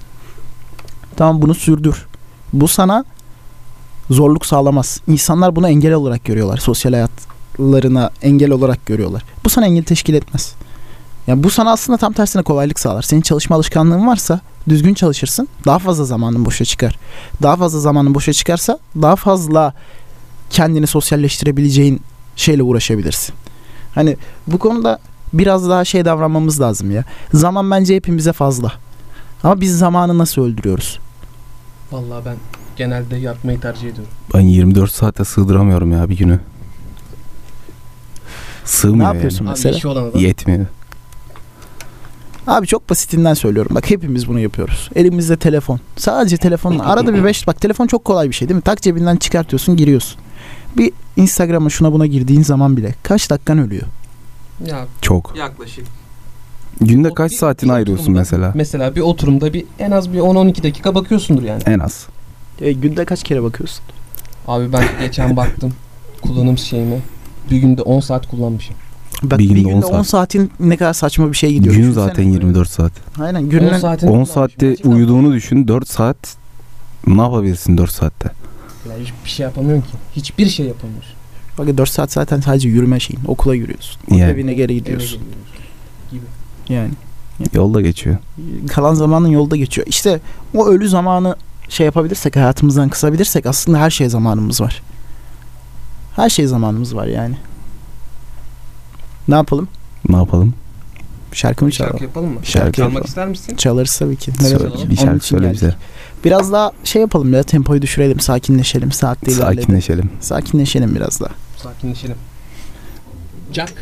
Tamam bunu sürdür. Bu sana zorluk sağlamaz. İnsanlar bunu engel olarak görüyorlar. Sosyal hayatlarına engel olarak görüyorlar. Bu sana engel teşkil etmez. Yani bu sana aslında tam tersine kolaylık sağlar. Senin çalışma alışkanlığın varsa düzgün çalışırsın. Daha fazla zamanın boşa çıkar. Daha fazla zamanın boşa çıkarsa daha fazla kendini sosyalleştirebileceğin şeyle uğraşabilirsin. Hani bu konuda biraz daha davranmamız lazım ya. Zaman bence hepimize fazla. Ama biz zamanı nasıl öldürüyoruz? Vallahi ben genelde yatmayı tercih ediyorum. Ben 24 saate sığdıramıyorum ya bir günü. Sığmıyor ne yapıyorsun yani. mesela? Yetmiyor. Abi çok basitinden söylüyorum. Bak hepimiz bunu yapıyoruz. Elimizde telefon. Sadece telefonla. Arada bir bak telefon çok kolay bir şey değil mi? Tak cebinden çıkartıyorsun giriyorsun. Bir Instagram'a şuna buna girdiğin zaman bile kaç dakikan ölüyor? Ya çok. Yaklaşık. Günde kaç saatini ayırıyorsun mesela? Mesela bir oturumda en az bir 10-12 dakika bakıyorsundur yani. En az. Günde kaç kere bakıyorsun? Abi ben geçen baktım kullanım şeyime. Bir günde 10 saat kullanmışım. Bak bir günde 10 saatin ne kadar saçma bir şey gidiyor. Gün zaten 24 saat. Aynen günün 10 saatte uyuduğunu düşün. 4 saat ne yapabilirsin 4 saatte? Ya hiçbir şey yapamıyorsun ki. Hiçbir şey yapamıyorsun. Bak 4 saat zaten sadece yürüme şeyin. Okula yürüyorsun. Yani. Evine geri gidiyorsun. Gibi. Yani. Yolda geçiyor. Kalan zamanın yolda geçiyor. İşte o ölü zamanı yapabilirsek, hayatımızdan kısabilirsek aslında her şeye zamanımız var. Her şeye zamanımız var yani. Ne yapalım? Ne yapalım? Şarkı mı çalalım? Şarkı yapalım mı? Şarkı çalmak ister misin? Çalarız tabii ki. Bir şarkı söyle bize. Biraz daha yapalım ya, tempoyu düşürelim, sakinleşelim. Saatte ilerleyelim. Sakinleşelim biraz daha. Sakinleşelim. Jack.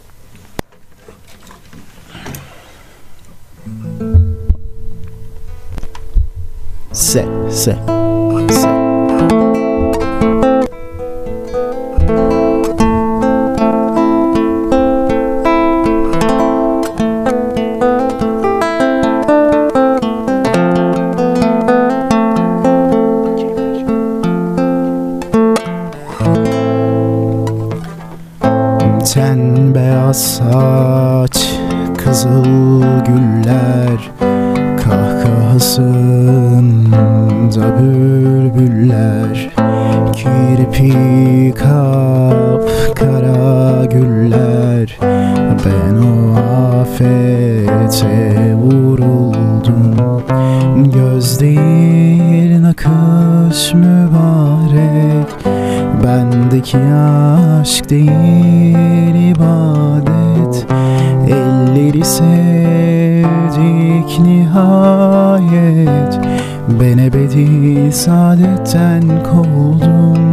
Se. Ten beyaz saç, kızıl güller, kahkahasında bülbüller, kirpi kapkara güller. Ben o afete vuruldum, göz değil nakış mübarek. Bendeki aşk değil ibadet, elleri sevdik nihayet. Ben ebedi saadetten kovuldum.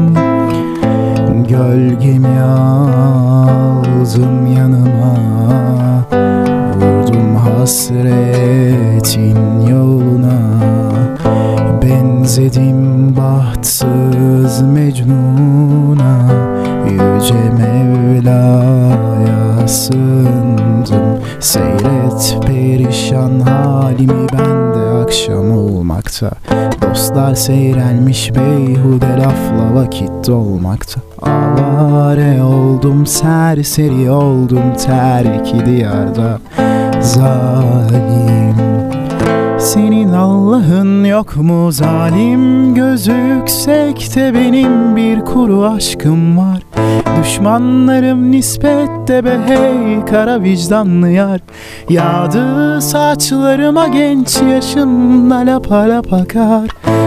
hasretin yoluna, benzedim bahtsız Mecnun'a. Yüce Mevla'ya sığındım, seyret perişan halimi bende akşam olmakta. Dostlar seyrelmiş beyhude lafla vakit dolmakta. Avare oldum, serseri oldum terk-i diyarda zalim. Senin Allah'ın yok mu zalim? Gözü yüksekte benim bir kuru aşkım var. Düşmanlarım nispette be hey kara vicdanlı yar. Yağdı saçlarıma genç yaşımda lapa lapa kar.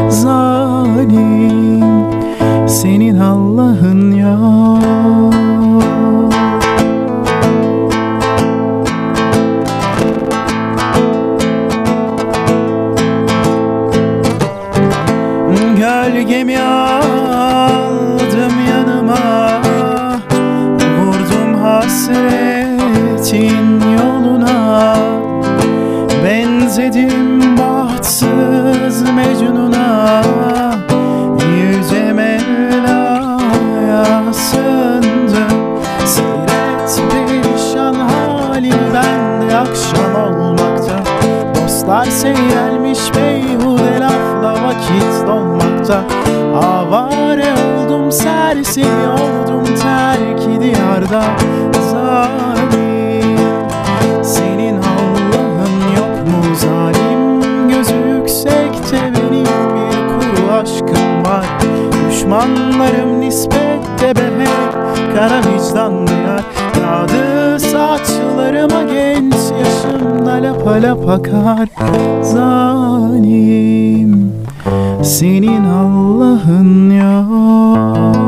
Zalim, senin Allah'ın yok. Gölgemi aldım yanıma, vurdum hasretin yoluna. Benzedim bahtsız Mecnun'a, yüce Mevla'ya sığındım. Seyret perişan halimi bende akşam olmakta. Dostlar seyrelmiş beyhude lafla vakit dolmakta. Avare oldum, serseri oldum terk-i diyarda zalim. Senin Allah'ın yok mu zalim? Gözü yüksekte benim bir kuru aşkım var. Düşmanlarım nispette be hey kara vicdanlı yar. Yağdı saçlarıma genç yaşımda lapa lapa kar. Zalim, senin Allah'ın yok.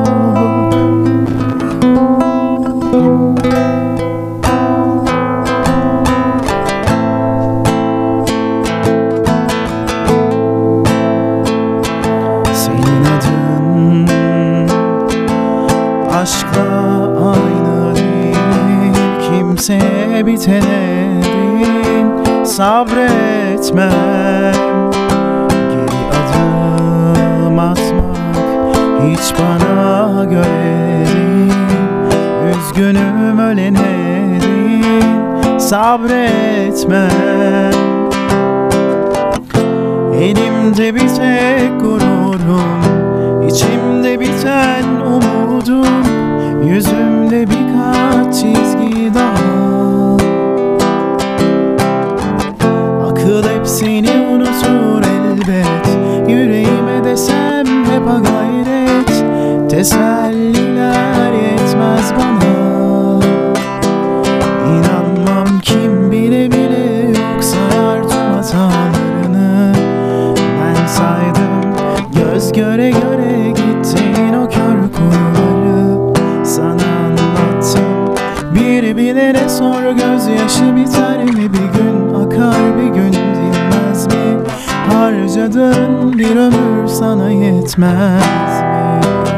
Senin adın aşkla aynı değil, kimseye bitene değil. Sabretmem, geri adım atmak hiç bana göre değil. Üzgünüm ölene değil, sabretmem. Elimde bir tek gururum, içimde biten umudum. Yüzümde birkaç çizgi daha, akıl hep seni unutur elbet. Yüreğime desem hep ha gayret, teselliler yetmez bana. İnanmam kim bile bile yok sayar tüm hatalarını. Ben saydım göz göre göre gittin o kör kuyuları. Sana anlattım bir bilene sor, gözyaşı biter mi bir gün, akar bir gün dinmez mi? Harcadığın bir ömür sana yetmez mi?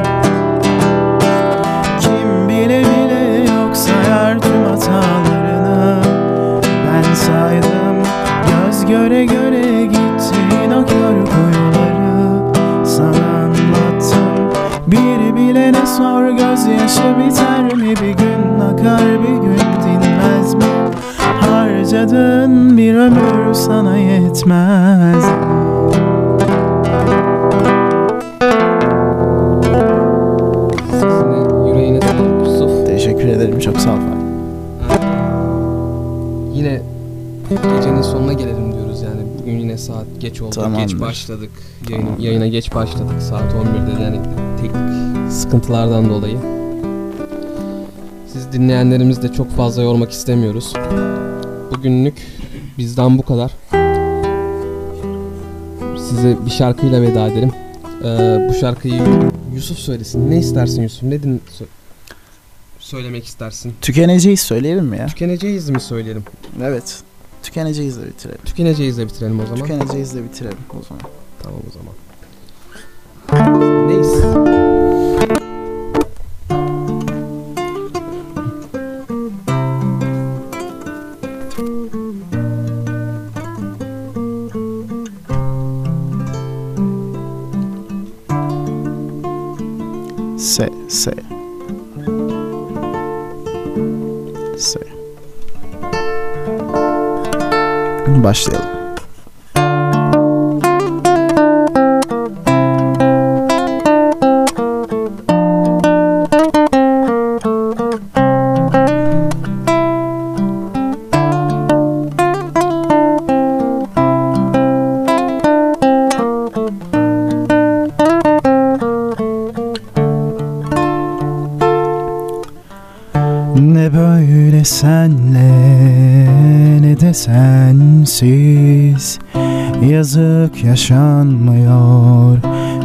Kim bile bile yok sayar tüm hatalarını. Ben saydım göz göre göre gittin o kör kuyuları. Sana anlattım bir bilene sor, gözyaşı biter mi bir gün, akar bir gün dinmez mi? Harcadığın bir ömür sana yetmez. Sesine, yüreğine sağlık Yusuf. Teşekkür ederim, çok sağ ol. Yine gecenin sonuna gelelim diyoruz yani. Bugün yine saat geç oldu. Tamamdır. Geç başladık. Yayına geç başladık. Saat 11'de yani teknik sıkıntılardan dolayı. Siz dinleyenlerimizi de çok fazla yormak istemiyoruz. Bugünlük bizden bu kadar. Size bir şarkıyla veda edelim. Bu şarkıyı Yusuf söylesin. Ne istersin Yusuf? Ne söylemek istersin? Tükeneceğiz söyleyelim mi ya? Tükeneceğiz mi söyleyelim? Evet. Tükeneceğiz de bitirelim. Tükeneceğiz de bitirelim o zaman. Tükeneceğiz de bitirelim o zaman. Tamam o zaman. Neyse. S. Başlayalım. Ne böyle senle ne de sensiz, yazık yaşanmıyor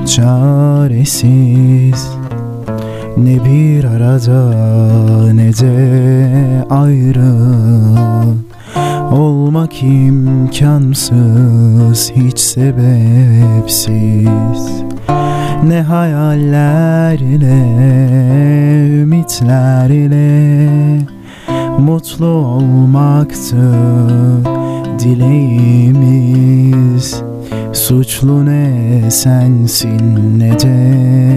çaresiz. Ne bir arada ne de ayrı olmak imkansız, hiç sebepsiz. Ne hayaller ile ümitler ile mutlu olmaktı dileğimiz. Suçlu ne sensin ne de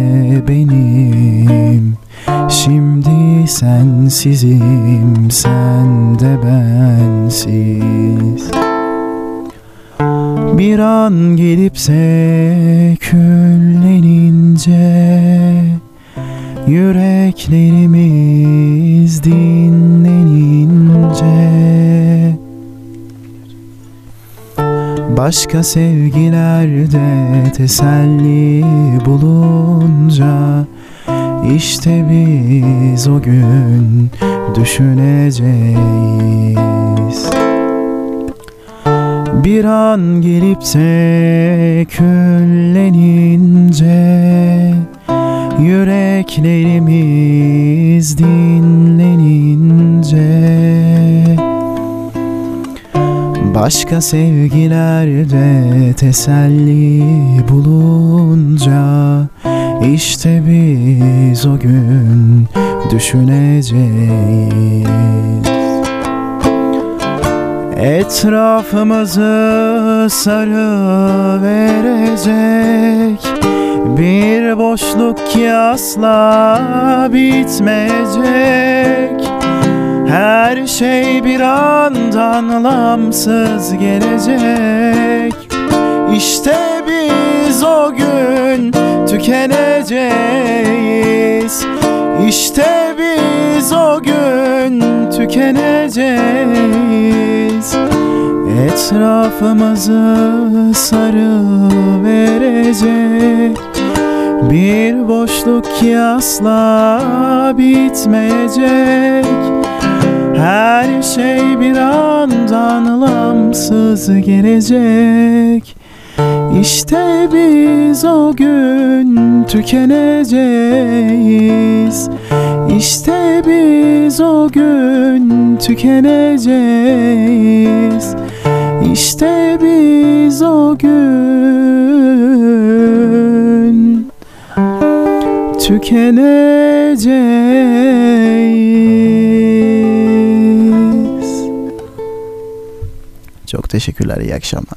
benim, şimdi sensizim sen de bensiz. Bir an gelipse küllenince yüreklerimiz dinlenince, başka sevgilerde teselli bulunca, işte biz o gün düşüneceğiz. Bir an gelip de küllenince yüreklerimiz dinlenince, başka sevgilerde teselli bulunca, işte biz o gün düşüneceğiz. Etrafımızı sarı verecek bir boşluk ki asla bitmeyecek. Her şey bir anda anlamsız gelecek. İşte biz o gün tükeneceğiz. İşte biz o gün tükeneceğiz. Etrafımızı sarı verecek bir boşluk ki asla bitmeyecek. Her şey bir anda anlamsız gelecek. İşte biz o gün tükeneceğiz. İşte biz o gün tükeneceğiz. İşte biz o gün tükeneceğiz. Çok teşekkürler, iyi akşamlar.